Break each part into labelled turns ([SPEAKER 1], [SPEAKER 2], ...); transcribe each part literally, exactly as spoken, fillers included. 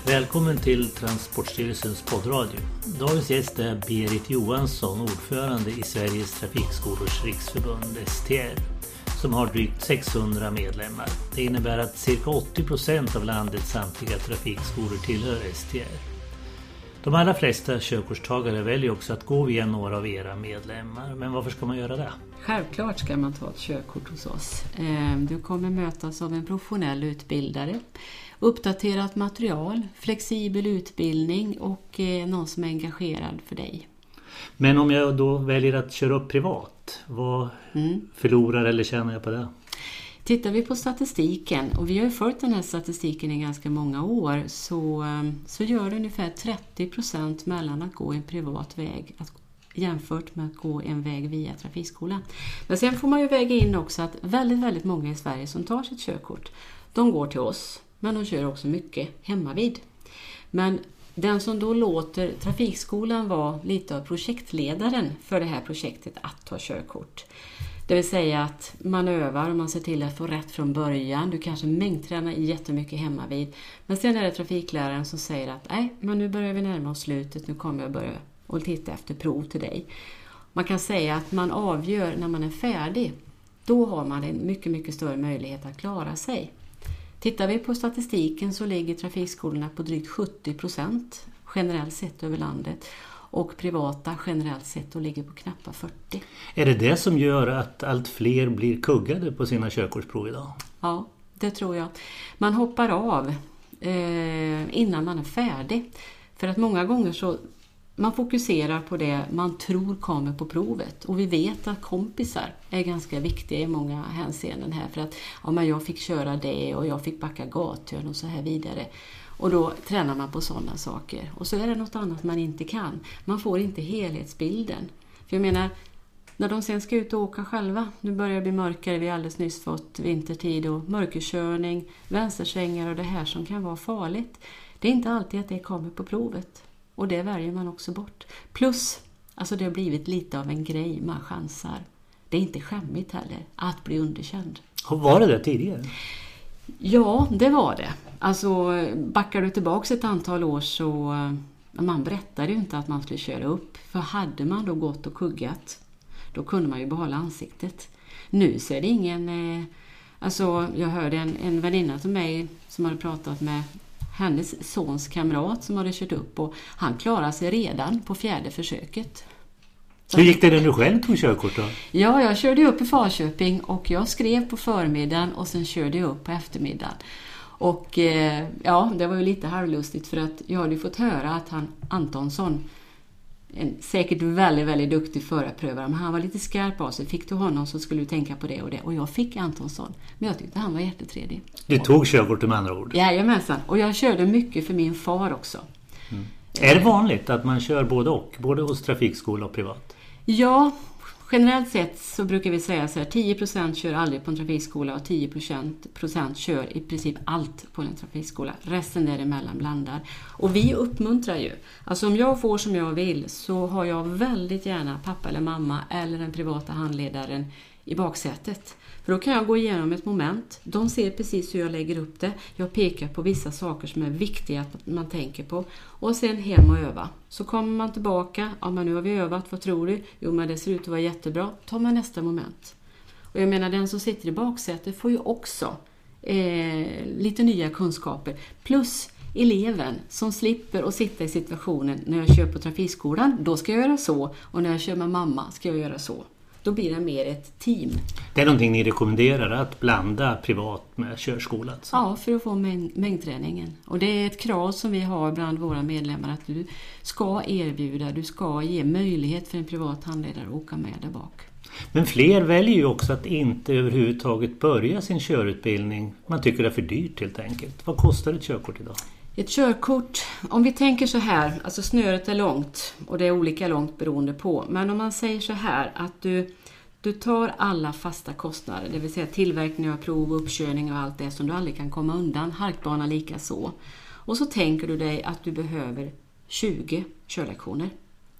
[SPEAKER 1] Välkommen till Transportstyrelsens poddradio. Dagens gäst är Berit Johansson, ordförande i Sveriges Trafikskolors Riksförbund S T R, som har drygt sexhundra medlemmar. Det innebär att cirka åttio procent av landets samtliga trafikskolor tillhör S T R. De allra flesta körkortstagare väljer också att gå via några av era medlemmar. Men varför ska man göra det?
[SPEAKER 2] Självklart ska man ta ett körkort hos oss. Du kommer mötas av en professionell utbildare, uppdaterat material, flexibel utbildning och någon som är engagerad för dig.
[SPEAKER 1] Men om jag då väljer att köra upp privat, vad mm. förlorar eller tjänar jag på det?
[SPEAKER 2] Tittar vi på statistiken, och vi har ju följt den här statistiken i ganska många år, så, så gör det ungefär trettio procent mellan att gå en privat väg att, jämfört med att gå en väg via trafikskolan. Men sen får man ju väga in också att väldigt, väldigt många i Sverige som tar sitt körkort, de går till oss, men de kör också mycket hemma vid. Men den som då låter trafikskolan vara lite av projektledaren för det här projektet att ta körkort. Det vill säga att man övar och man ser till att få rätt från början. Du kanske mängdtränar jättemycket hemma vid. Men sen är det trafikläraren som säger att nej, men nu börjar vi närma oss slutet. Nu kommer jag börja och titta efter prov till dig. Man kan säga att man avgör när man är färdig. Då har man en mycket, mycket större möjlighet att klara sig. Tittar vi på statistiken så ligger trafikskolorna på drygt sjuttio procent generellt sett över landet. Och privata generellt sett och ligger på knappt fyrtio.
[SPEAKER 1] Är det det som gör att allt fler blir kuggade på sina körkortsprov idag?
[SPEAKER 2] Ja, det tror jag. Man hoppar av eh, innan man är färdig. För att många gånger så man fokuserar på det man tror kommer på provet. Och vi vet att kompisar är ganska viktiga i många hänseenden här. För att ja, men jag fick köra det och jag fick backa gathörn och så här vidare. Och då tränar man på sådana saker. Och så är det något annat man inte kan. Man får inte helhetsbilden. För jag menar, när de sen ska ut och åka själva. Nu börjar det bli mörkare. Vi har alldeles nyss fått vintertid och mörkerkörning, vänstersvängar och det här som kan vara farligt. Det är inte alltid att det kommer på provet. Och det väljer man också bort. Plus, alltså det har blivit lite av en grej man chansar. Det är inte skämmigt heller att bli underkänd.
[SPEAKER 1] Och var det det tidigare?
[SPEAKER 2] Ja, det var det. Alltså backar du tillbaka ett antal år så man berättade ju inte att man skulle köra upp. För hade man då gått och kuggat, då kunde man ju behålla ansiktet. Nu så är det ingen... Eh, alltså jag hörde en, en väninna till mig som hade pratat med hennes sons kamrat som hade kört upp. Och han klarade sig redan på fjärde försöket.
[SPEAKER 1] Hur gick det när du själv tog körkort då?
[SPEAKER 2] Ja, jag körde upp i Falköping och jag skrev på förmiddagen och sen körde jag upp på eftermiddagen. Och eh, ja, det var ju lite halvlustigt för att jag hade fått höra att han, Antonsson, en säkert väldigt, väldigt duktig förarprövare, men han var lite skarp av sig. Fick du honom så skulle du tänka på det och det. Och jag fick Antonsson, men jag tyckte han var jättetredig.
[SPEAKER 1] Du tog körkort med andra ord?
[SPEAKER 2] Jajamensan, och jag körde mycket för min far också.
[SPEAKER 1] Mm. Är det vanligt att man kör både och, både hos trafikskola och privat?
[SPEAKER 2] Ja, generellt sett så brukar vi säga så här, tio procent kör aldrig på en trafikskola och tio procent kör i princip allt på en trafikskola. Resten däremellan blandar. Och vi uppmuntrar ju. Alltså om jag får som jag vill så har jag väldigt gärna pappa eller mamma eller den privata handledaren i baksätet. För då kan jag gå igenom ett moment. De ser precis hur jag lägger upp det. Jag pekar på vissa saker som är viktiga att man tänker på. Och sen hem och öva. Så kommer man tillbaka. Ja, men nu har vi övat. Vad tror du? Jo, men det ser ut att vara jättebra. Ta man nästa moment. Och jag menar, den som sitter i baksätet får ju också eh, lite nya kunskaper. Plus eleven som slipper att sitta i situationen när jag kör på trafikskolan. Då ska jag göra så. Och när jag kör med mamma ska jag göra så. Då blir det mer ett team.
[SPEAKER 1] Det är någonting ni rekommenderar, att blanda privat med körskola? Alltså.
[SPEAKER 2] Ja, för att få mäng- mängdträningen. Och det är ett krav som vi har bland våra medlemmar att du ska erbjuda, du ska ge möjlighet för en privat handledare att åka med där bak.
[SPEAKER 1] Men fler väljer ju också att inte överhuvudtaget börja sin körutbildning. Man tycker det är för dyrt helt enkelt. Vad kostar ett körkort idag?
[SPEAKER 2] Ett körkort, om vi tänker så här, alltså snöret är långt och det är olika långt beroende på. Men om man säger så här att du, du tar alla fasta kostnader, det vill säga tillverkning av prov, uppkörning och allt det som du aldrig kan komma undan, halkbana lika så. Och så tänker du dig att du behöver tjugo körlektioner.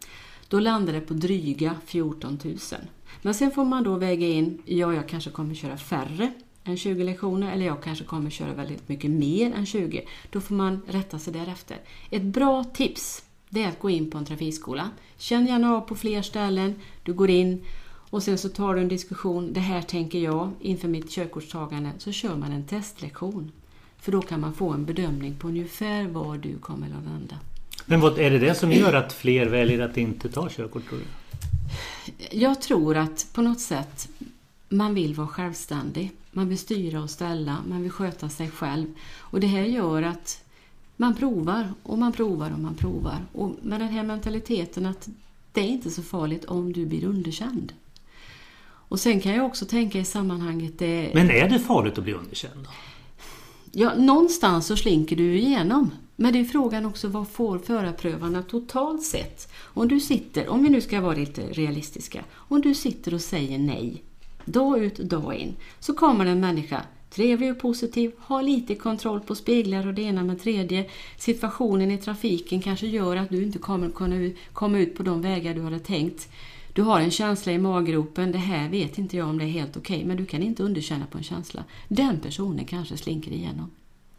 [SPEAKER 2] Då landar det på dryga fjorton tusen. Men sen får man då väga in, ja jag kanske kommer köra färre än tjugo lektioner eller jag kanske kommer köra väldigt mycket mer än tjugo. Då får man rätta sig därefter. Ett bra tips det är att gå in på en trafikskola. Känn gärna av på fler ställen. Du går in och sen så tar du en diskussion. Det här tänker jag inför mitt körkortstagande. Så kör man en testlektion. För då kan man få en bedömning på ungefär var du kommer att landa.
[SPEAKER 1] Men vad är det det som gör att fler väljer att inte ta körkort, tror du?
[SPEAKER 2] Jag tror att på något sätt man vill vara självständig. Man vill styra och ställa. Man vill sköta sig själv. Och det här gör att man provar och man provar och man provar. Och med den här mentaliteten att det är inte så farligt om du blir underkänd. Och sen kan jag också tänka i sammanhanget... Det...
[SPEAKER 1] Men är det farligt att bli underkänd då?
[SPEAKER 2] Ja, någonstans så slinker du igenom. Men det är frågan också, vad får förarprövarna totalt sett? Om du sitter, om vi nu ska vara lite realistiska, om du sitter och säger nej, dag ut, dag in, så kommer en människa, trevlig och positiv, har lite kontroll på speglar och det ena med tredje. Situationen i trafiken kanske gör att du inte kommer kunna komma ut på de vägar du hade tänkt. Du har en känsla i maggropen, det här vet inte jag om det är helt okej, men du kan inte underkänna på en känsla. Den personen kanske slinker igenom.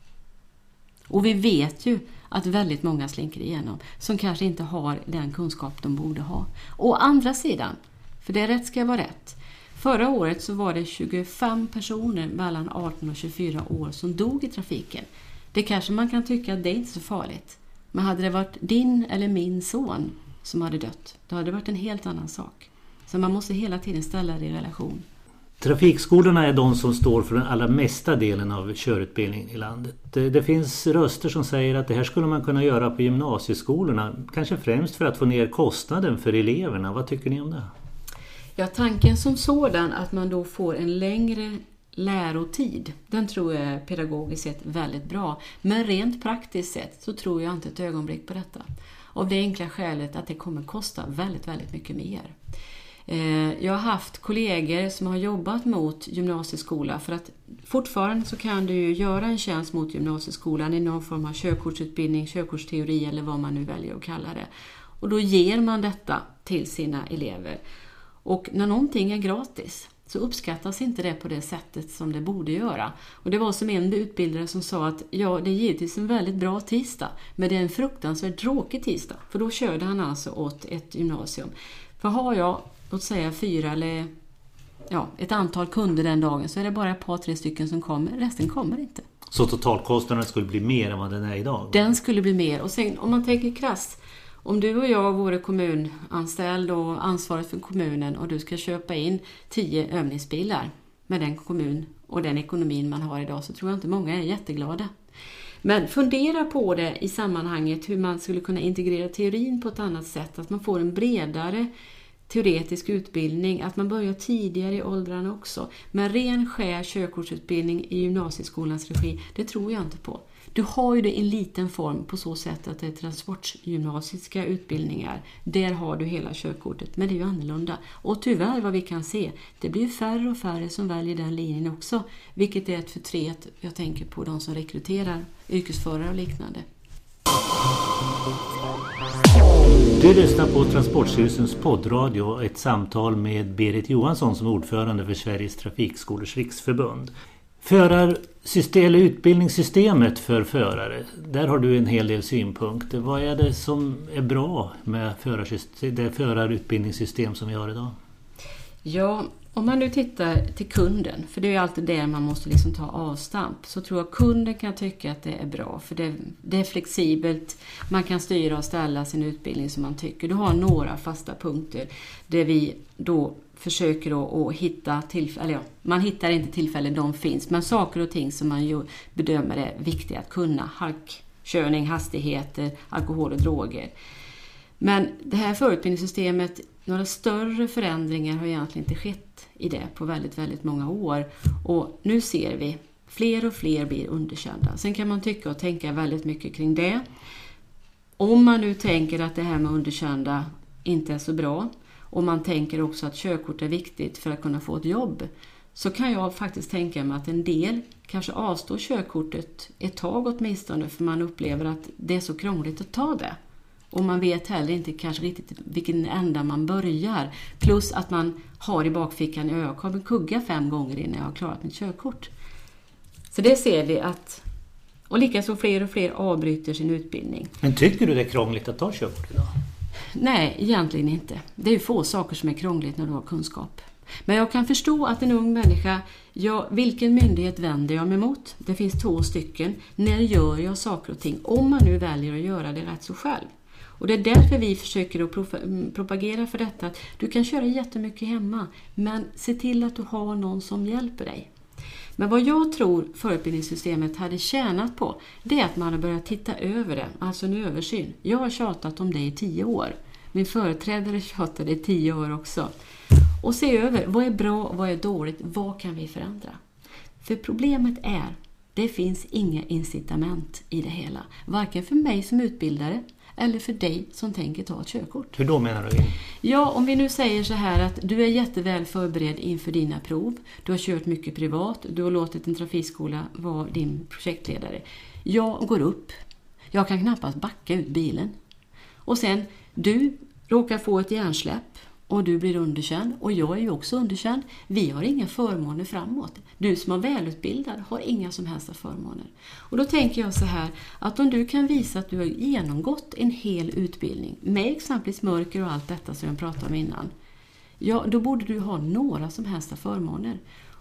[SPEAKER 2] Och vi vet ju att väldigt många slinker igenom som kanske inte har den kunskap de borde ha. Å andra sidan, för det rätt ska vara rätt. Förra året så var det tjugofem personer mellan arton och tjugofyra år som dog i trafiken. Det kanske man kan tycka att det är inte så farligt. Men hade det varit din eller min son som hade dött, då hade det varit en helt annan sak. Så man måste hela tiden ställa det i relation.
[SPEAKER 1] Trafikskolorna är de som står för den allra mesta delen av körutbildningen i landet. Det, det finns röster som säger att det här skulle man kunna göra på gymnasieskolorna. Kanske främst för att få ner kostnaden för eleverna. Vad tycker ni om det?
[SPEAKER 2] Ja, tanken som sådan att man då får en längre lärotid, den tror jag är pedagogiskt sett väldigt bra. Men rent praktiskt sett så tror jag inte ett ögonblick på detta. Av det enkla skälet att det kommer kosta väldigt, väldigt mycket mer. Jag har haft kollegor som har jobbat mot gymnasieskola, för att fortfarande så kan du ju göra en tjänst mot gymnasieskolan i någon form av körkortsutbildning, körkortsteori eller vad man nu väljer att kalla det. Och då ger man detta till sina elever. Och när någonting är gratis så uppskattas inte det på det sättet som det borde göra. Och det var som en utbildare som sa att ja, det är givetvis en väldigt bra tisdag, men det är en fruktansvärt tråkig tisdag. För då körde han alltså åt ett gymnasium. För har jag, låt säga fyra eller ja, ett antal kunder den dagen, så är det bara ett par, tre stycken som kommer. Resten kommer inte.
[SPEAKER 1] Så totalkostnaden skulle bli mer än vad den är idag?
[SPEAKER 2] Den skulle bli mer. Och sen om man tänker krasst, om du och jag vore kommunanställd och ansvarig för kommunen och du ska köpa in tio övningsbilar med den kommun och den ekonomin man har idag, så tror jag inte många är jätteglada. Men fundera på det i sammanhanget hur man skulle kunna integrera teorin på ett annat sätt. Att man får en bredare teoretisk utbildning, att man börjar tidigare i åldrarna också. Men ren skär körkortsutbildning i gymnasieskolans regi, det tror jag inte på. Du har ju det i en liten form på så sätt att det är transportgymnasiska utbildningar. Där har du hela körkortet, men det är ju annorlunda. Och tyvärr vad vi kan se, det blir färre och färre som väljer den linjen också. Vilket är ett förtret, jag tänker på de som rekryterar yrkesförare och liknande.
[SPEAKER 1] Du lyssnar på Transportstyrelsens poddradio och ett samtal med Berit Johansson som är ordförande för Sveriges trafikskolors riksförbund. Förarsystem, eller utbildningssystemet för förare, där har du en hel del synpunkter. Vad är det som är bra med det förarutbildningssystem som vi har idag?
[SPEAKER 2] Ja, om man nu tittar till kunden, för det är ju alltid det man måste liksom ta avstamp, så tror jag kunden kan tycka att det är bra, för det, det är flexibelt, man kan styra och ställa sin utbildning som man tycker. Du har några fasta punkter där vi då försöker att hitta tillfällen, ja, man hittar inte tillfällen, de finns, men saker och ting som man ju bedömer är viktiga att kunna, halkkörning, hastigheter, alkohol och droger. Men det här förutbildningssystemet, några större förändringar har egentligen inte skett i det på väldigt, väldigt många år. Och nu ser vi fler och fler blir underkända. Sen kan man tycka och tänka väldigt mycket kring det. Om man nu tänker att det här med underkända inte är så bra, och man tänker också att körkort är viktigt för att kunna få ett jobb, så kan jag faktiskt tänka mig att en del kanske avstår körkortet ett tag åtminstone, för man upplever att det är så krångligt att ta det. Och man vet heller inte kanske riktigt vilken ända man börjar. Plus att man har i bakfickan, jag kommer kugga fem gånger innan jag har klarat mitt körkort. Så det ser vi att, och likaså fler och fler avbryter sin utbildning.
[SPEAKER 1] Men tycker du det är krångligt att ta körkort idag?
[SPEAKER 2] Nej, egentligen inte. Det är ju få saker som är krångligt när du har kunskap. Men jag kan förstå att en ung människa, ja, vilken myndighet vänder jag mig mot? Det finns två stycken. När gör jag saker och ting? Om man nu väljer att göra det rätt så själv. Och det är därför vi försöker att propagera för detta. Att du kan köra jättemycket hemma, men se till att du har någon som hjälper dig. Men vad jag tror förutbildningssystemet hade tjänat på, det är att man har börjat titta över det, alltså en översyn. Jag har tjatat om det i tio år. Min företrädare tjatade i tio år också. Och se över, vad är bra, vad är dåligt, vad kan vi förändra? För problemet är, det finns inga incitament i det hela. Varken för mig som utbildare eller för dig som tänker ta ett körkort.
[SPEAKER 1] Hur då menar du?
[SPEAKER 2] Ja, om vi nu säger så här att du är jätteväl förberedd inför dina prov. Du har kört mycket privat, du har låtit en trafikskola vara din projektledare. Jag går upp, jag kan knappast backa ut bilen. Och sen, du råkar få ett hjärnsläpp. Och du blir underkänd och jag är ju också underkänd. Vi har inga förmåner framåt. Du som är välutbildad har inga som helst förmåner. Och då tänker jag så här att om du kan visa att du har genomgått en hel utbildning med exempelvis mörker och allt detta som jag pratade om innan. Ja, då borde du ha några som helst förmåner.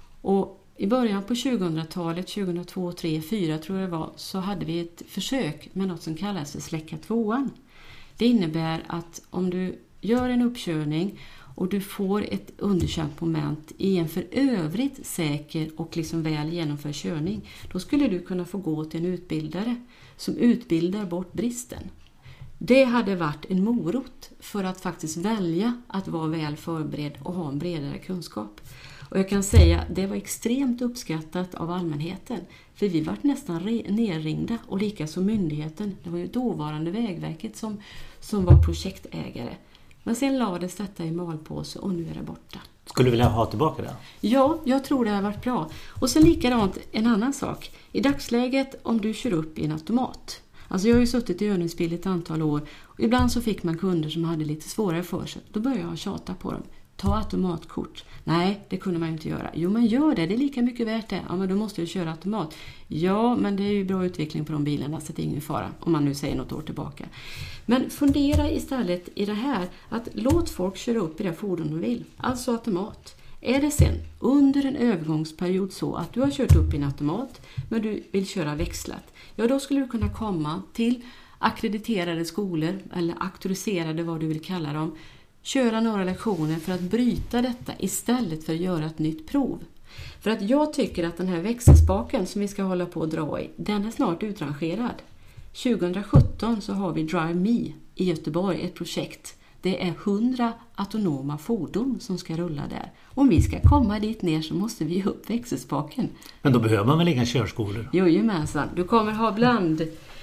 [SPEAKER 2] Och i början på tjugohundratalet, tjugohundratvå, tre, fyra tror jag det var, så hade vi ett försök med något som kallas för släcka tvåan. Det innebär att om du gör en uppkörning och du får ett underkänt moment i en för övrigt säker och liksom väl genomförd körning, då skulle du kunna få gå till en utbildare som utbildar bort bristen. Det hade varit en morot för att faktiskt välja att vara väl förberedd och ha en bredare kunskap. Och jag kan säga att det var extremt uppskattat av allmänheten. För vi var nästan re- nerringda och likaså myndigheten. Det var ju dåvarande Vägverket som, som var projektägare. Men sen lades detta i malpåse och nu är det borta.
[SPEAKER 1] Skulle du vilja ha tillbaka det?
[SPEAKER 2] Ja, jag tror det har varit bra. Och sen likadant en annan sak. I dagsläget om du kör upp i en automat. Alltså jag har ju suttit i övningsbil ett antal år. Och ibland så fick man kunder som hade lite svårare för sig. Då började jag tjata på dem. Ta automatkort. Nej, det kunde man ju inte göra. Jo, men gör det. Det är lika mycket värt det. Ja, men då måste du köra automat. Ja, men det är ju bra utveckling på de bilarna så det är ingen fara. Om man nu säger något år tillbaka. Men fundera istället i det här att låt folk köra upp i det fordon de vill. Alltså automat. Är det sen under en övergångsperiod så att du har kört upp i en automat men du vill köra växlat. Ja, då skulle du kunna komma till akkrediterade skolor eller auktoriserade vad du vill kalla dem. Köra några lektioner för att bryta detta istället för att göra ett nytt prov. För att jag tycker att den här växelspaken som vi ska hålla på att dra i, den är snart utrangerad. tjugohundrasjutton så har vi Drive Me i Göteborg, ett projekt. Det är hundra autonoma fordon som ska rulla där. Om vi ska komma dit ner så måste vi upp växelspaken.
[SPEAKER 1] Men då behöver man väl inga körskolor?
[SPEAKER 2] Jo, gemensamt. Du kommer ha bland,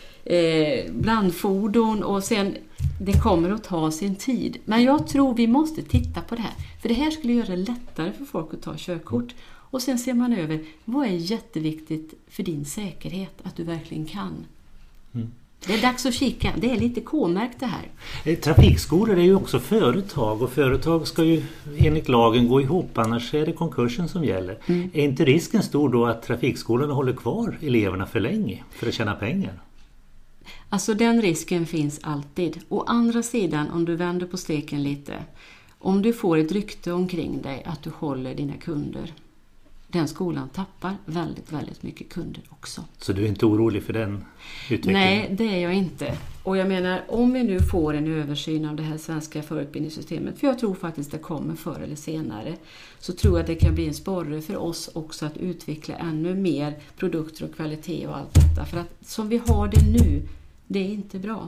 [SPEAKER 2] eh, blandfordon och sen det kommer att ta sin tid. Men jag tror vi måste titta på det här. För det här skulle göra det lättare för folk att ta körkort. Och sen ser man över vad är jätteviktigt för din säkerhet att du verkligen kan. Mm. Det är dags att kika. Det är lite K-märkt det här.
[SPEAKER 1] Trafikskolor är ju också företag och företag ska ju enligt lagen gå ihop, annars är det konkursen som gäller. Mm. Är inte risken stor då att trafikskolorna håller kvar eleverna för länge för att tjäna pengar?
[SPEAKER 2] Alltså den risken finns alltid. Å andra sidan, om du vänder på steken lite, om du får ett rykte omkring dig att du håller dina kunder, den skolan tappar väldigt, väldigt mycket kunder också. Så
[SPEAKER 1] du är inte orolig för den utvecklingen?
[SPEAKER 2] Nej, det är jag inte. Och jag menar, om vi nu får en översyn av det här svenska förutbildningssystemet, för jag tror faktiskt det kommer förr eller senare, så tror jag att det kan bli en sporre för oss också att utveckla ännu mer produkter och kvalitet och allt detta. För att som vi har det nu, det är inte bra.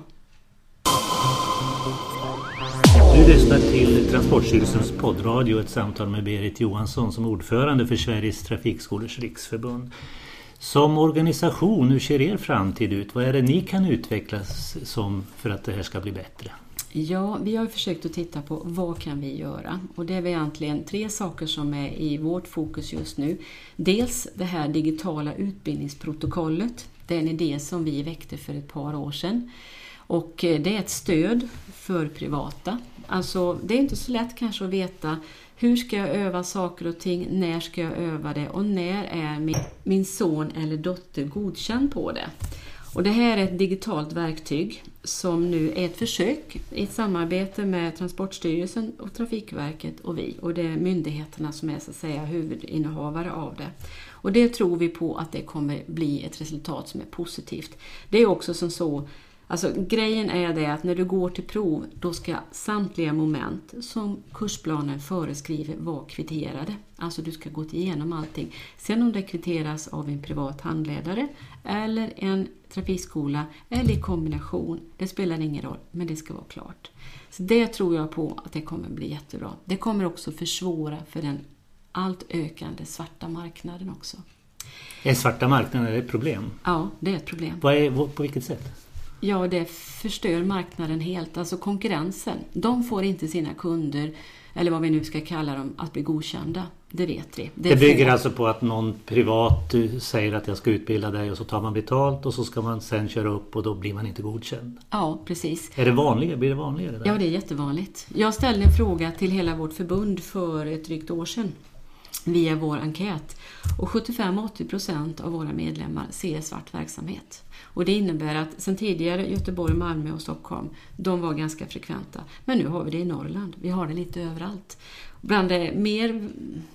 [SPEAKER 1] Du lyssnar till Transportstyrelsens poddradio, ett samtal med Berit Johansson som ordförande för Sveriges trafikskolors riksförbund. Som organisation, hur ser er framtid ut? Vad är det ni kan utvecklas som för att det här ska bli bättre?
[SPEAKER 2] Ja, vi har försökt att titta på vad kan vi göra? Och det är egentligen tre saker som är i vårt fokus just nu. Dels det här digitala utbildningsprotokollet. Det är en idé som vi väckte för ett par år sedan. Och det är ett stöd för privata. Alltså det är inte så lätt kanske att veta Hur ska jag öva saker och ting? När ska jag öva det? Och när är min, min son eller dotter godkänd på det? Och det här är ett digitalt verktyg som nu är ett försök i ett samarbete med Transportstyrelsen och Trafikverket och vi. Och det är myndigheterna som är så att säga huvudinnehavare av det. Och det tror vi på att det kommer bli ett resultat som är positivt. Det är också som så, alltså grejen är det att när du går till prov, då ska samtliga moment som kursplanen föreskriver vara kvitterade. Alltså du ska gå igenom allting. Sen om det kvitteras av en privat handledare eller en trafikskola eller i kombination, det spelar ingen roll, men det ska vara klart. Så det tror jag på att det kommer bli jättebra. Det kommer också försvåra för den allt ökande svarta marknaden också.
[SPEAKER 1] Är svarta marknaden ett problem?
[SPEAKER 2] Ja, det är ett problem.
[SPEAKER 1] Vad är, på vilket sätt?
[SPEAKER 2] Ja, det förstör marknaden helt. Alltså konkurrensen. De får inte sina kunder, eller vad vi nu ska kalla dem, att bli godkända. Det vet vi.
[SPEAKER 1] Det, det bygger få. alltså på att någon privat säger att jag ska utbilda dig och så tar man betalt och så ska man sen köra upp och då blir man inte godkänd.
[SPEAKER 2] Ja, precis.
[SPEAKER 1] Är det vanligare? Blir det vanligare? Där?
[SPEAKER 2] Ja, det är jättevanligt. Jag ställde en fråga till hela vårt förbund för ett drygt år sedan via vår enkät. Och sjuttiofem till åttio procent av våra medlemmar ser svart verksamhet. Och det innebär att sen tidigare Göteborg, Malmö och Stockholm, de var ganska frekventa. Men nu har vi det i Norrland. Vi har det lite överallt. Bland det mer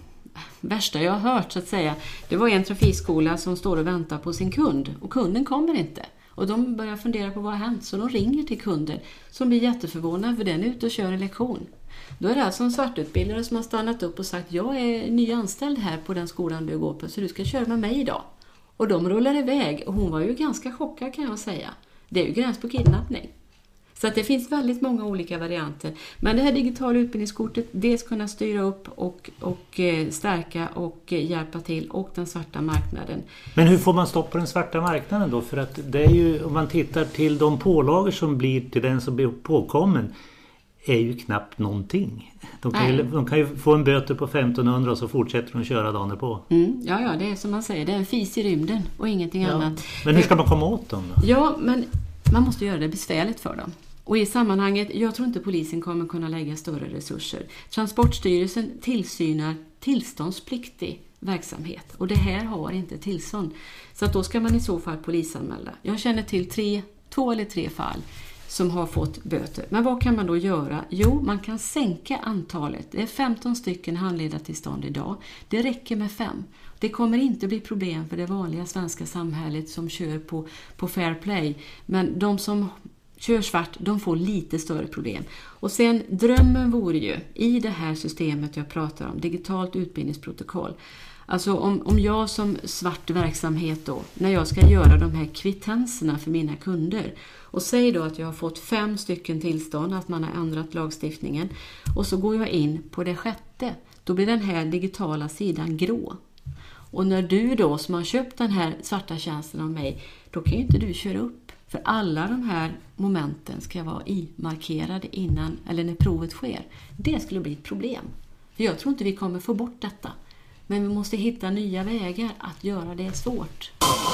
[SPEAKER 2] värsta jag har hört så att säga, det var en trafikskola som står och väntar på sin kund. Och kunden kommer inte. Och de börjar fundera på vad har hänt. Så de ringer till kunden som blir jätteförvånad för den är ute och kör en lektion. Då är det alltså en svartutbildare som har stannat upp och sagt jag är nyanställd här på den skolan du går på så du ska köra med mig idag. Och de rullar iväg och hon var ju ganska chockad kan jag säga. Det är ju gräns på kidnappning. Så att det finns väldigt många olika varianter. Men det här digitala utbildningskortet, det ska kunna styra upp och, och stärka och hjälpa till och den svarta marknaden.
[SPEAKER 1] Men hur får man stopp på den svarta marknaden då? För att det är ju, om man tittar till de pålagor som blir till den som blir påkommen, är ju knappt någonting. De kan, ju, de kan ju få en böter på femtonhundra och så fortsätter de köra dagen på.
[SPEAKER 2] Mm, ja, ja, det är som man säger. Det är en fis i rymden och ingenting
[SPEAKER 1] ja.
[SPEAKER 2] annat.
[SPEAKER 1] Men hur ska man komma åt dem då?
[SPEAKER 2] Ja, men man måste göra det besvärligt för dem. Och i sammanhanget, jag tror inte polisen kommer kunna lägga större resurser. Transportstyrelsen tillsynar tillståndspliktig verksamhet. Och det här har inte tillstånd. Så att då ska man i så fall polisanmäla. Jag känner till tre, två eller tre fall som har fått böter. Men vad kan man då göra? Jo, man kan sänka antalet. Det är femton stycken handledartillstånd idag. Det räcker med fem. Det kommer inte bli problem för det vanliga svenska samhället som kör på, på fair play. Men de som kör svart, de får lite större problem. Och sen drömmen vore ju i det här systemet jag pratar om, digitalt utbildningsprotokoll. Alltså om, om jag som svart verksamhet då, när jag ska göra de här kvittenserna för mina kunder och säger då att jag har fått fem stycken tillstånd, att man har ändrat lagstiftningen och så går jag in på det sjätte, då blir den här digitala sidan grå. Och när du då som har köpt den här svarta tjänsten av mig, då kan ju inte du köra upp. För alla de här momenten ska vara i-markerade innan eller när provet sker. Det skulle bli ett problem. För jag tror inte vi kommer få bort detta. Men vi måste hitta nya vägar att göra det svårt.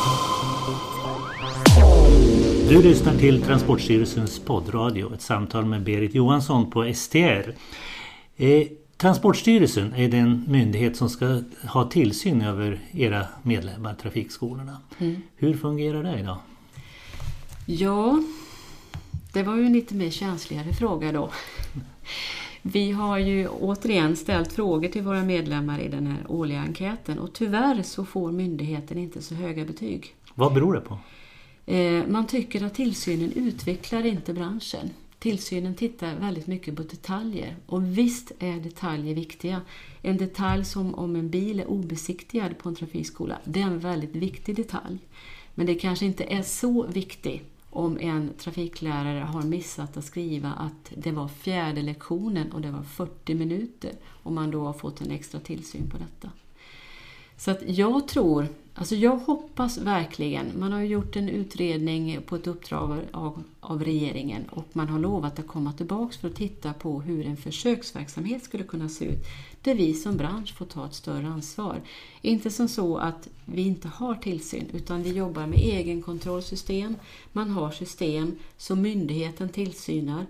[SPEAKER 1] Du lyssnar till Transportstyrelsens poddradio, ett samtal med Berit Johansson på S T R. Eh, Transportstyrelsen är den myndighet som ska ha tillsyn över era medlemmar, trafikskolorna. Mm. Hur fungerar det idag?
[SPEAKER 2] Ja, det var ju en lite mer känsligare fråga då. Vi har ju återigen ställt frågor till våra medlemmar i den här årliga enkäten och tyvärr så får myndigheten inte så höga betyg.
[SPEAKER 1] Vad beror det på?
[SPEAKER 2] Eh, man tycker att tillsynen utvecklar inte branschen. Tillsynen tittar väldigt mycket på detaljer och visst är detaljer viktiga. En detalj som om en bil är obesiktigad på en trafikskola, det är en väldigt viktig detalj. Men det kanske inte är så viktigt om en trafiklärare har missat att skriva att det var fjärde lektionen och det var fyrtio minuter och man då har fått en extra tillsyn på detta. Så att jag tror, alltså jag hoppas verkligen, man har ju gjort en utredning på ett uppdrag av, av regeringen och man har lovat att komma tillbaka för att titta på hur en försöksverksamhet skulle kunna se ut. Där vi som bransch får ta ett större ansvar. Inte som så att vi inte har tillsyn utan vi jobbar med egen kontrollsystem. Man har system som myndigheten tillsynar.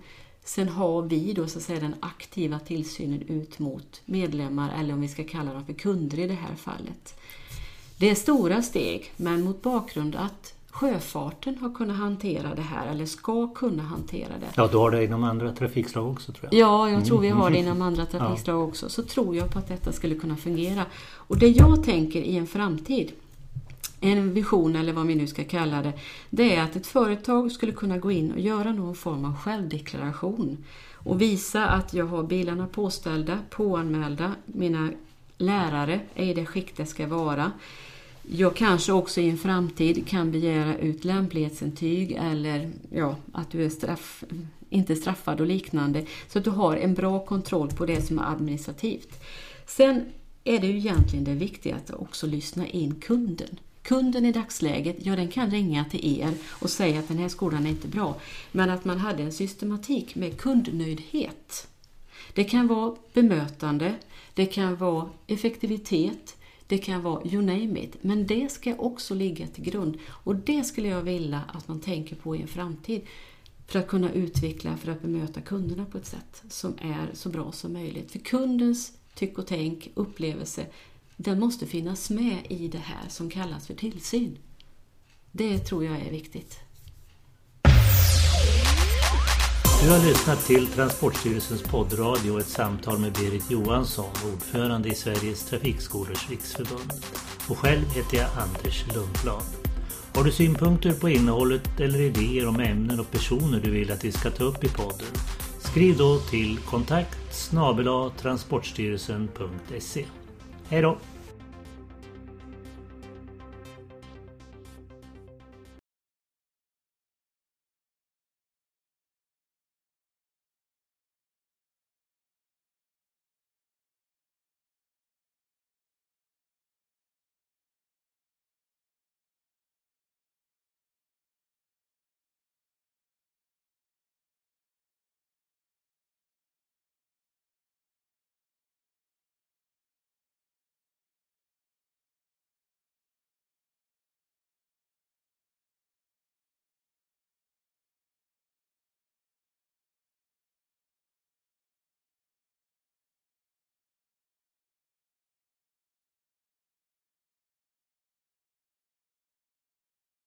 [SPEAKER 2] Sen har vi då så att säga den aktiva tillsynen ut mot medlemmar, eller om vi ska kalla dem för kunder i det här fallet. Det är stora steg, men mot bakgrund att sjöfarten har kunnat hantera det här, eller ska kunna hantera det.
[SPEAKER 1] Ja, då har det inom andra trafikslag också, tror jag.
[SPEAKER 2] Ja, jag tror vi har det inom andra trafikslag ja. också. Så tror jag på att detta skulle kunna fungera. Och det jag tänker i en framtid, en vision eller vad vi nu ska kalla det, det är att ett företag skulle kunna gå in och göra någon form av självdeklaration och visa att jag har bilarna påställda, påanmälda, mina lärare är i det skick det ska vara. Jag kanske också i en framtid kan begära ut lämplighetsintyg eller ja, att du är straff, inte straffad och liknande, så att du har en bra kontroll på det som är administrativt. Sen är det ju egentligen det viktiga att också lyssna in kunden. Kunden i dagsläget, ja den kan ringa till er och säga att den här skolan är inte bra. Men att man hade en systematik med kundnöjdhet. Det kan vara bemötande, det kan vara effektivitet, det kan vara you name it. Men det ska också ligga till grund. Och det skulle jag vilja att man tänker på i en framtid. För att kunna utveckla, för att bemöta kunderna på ett sätt som är så bra som möjligt. För kundens tyck och tänk, upplevelse, den måste finnas med i det här som kallas för tillsyn. Det tror jag är viktigt.
[SPEAKER 1] Du har lyssnat till Transportstyrelsens poddradio, ett samtal med Berit Johansson, ordförande i Sveriges trafikskolors riksförbund. Och själv heter jag Anders Lundblad. Har du synpunkter på innehållet eller idéer om ämnen och personer du vill att vi ska ta upp i podden? Skriv då till kontakt snabel-a transportstyrelsen punkt se. Hej då!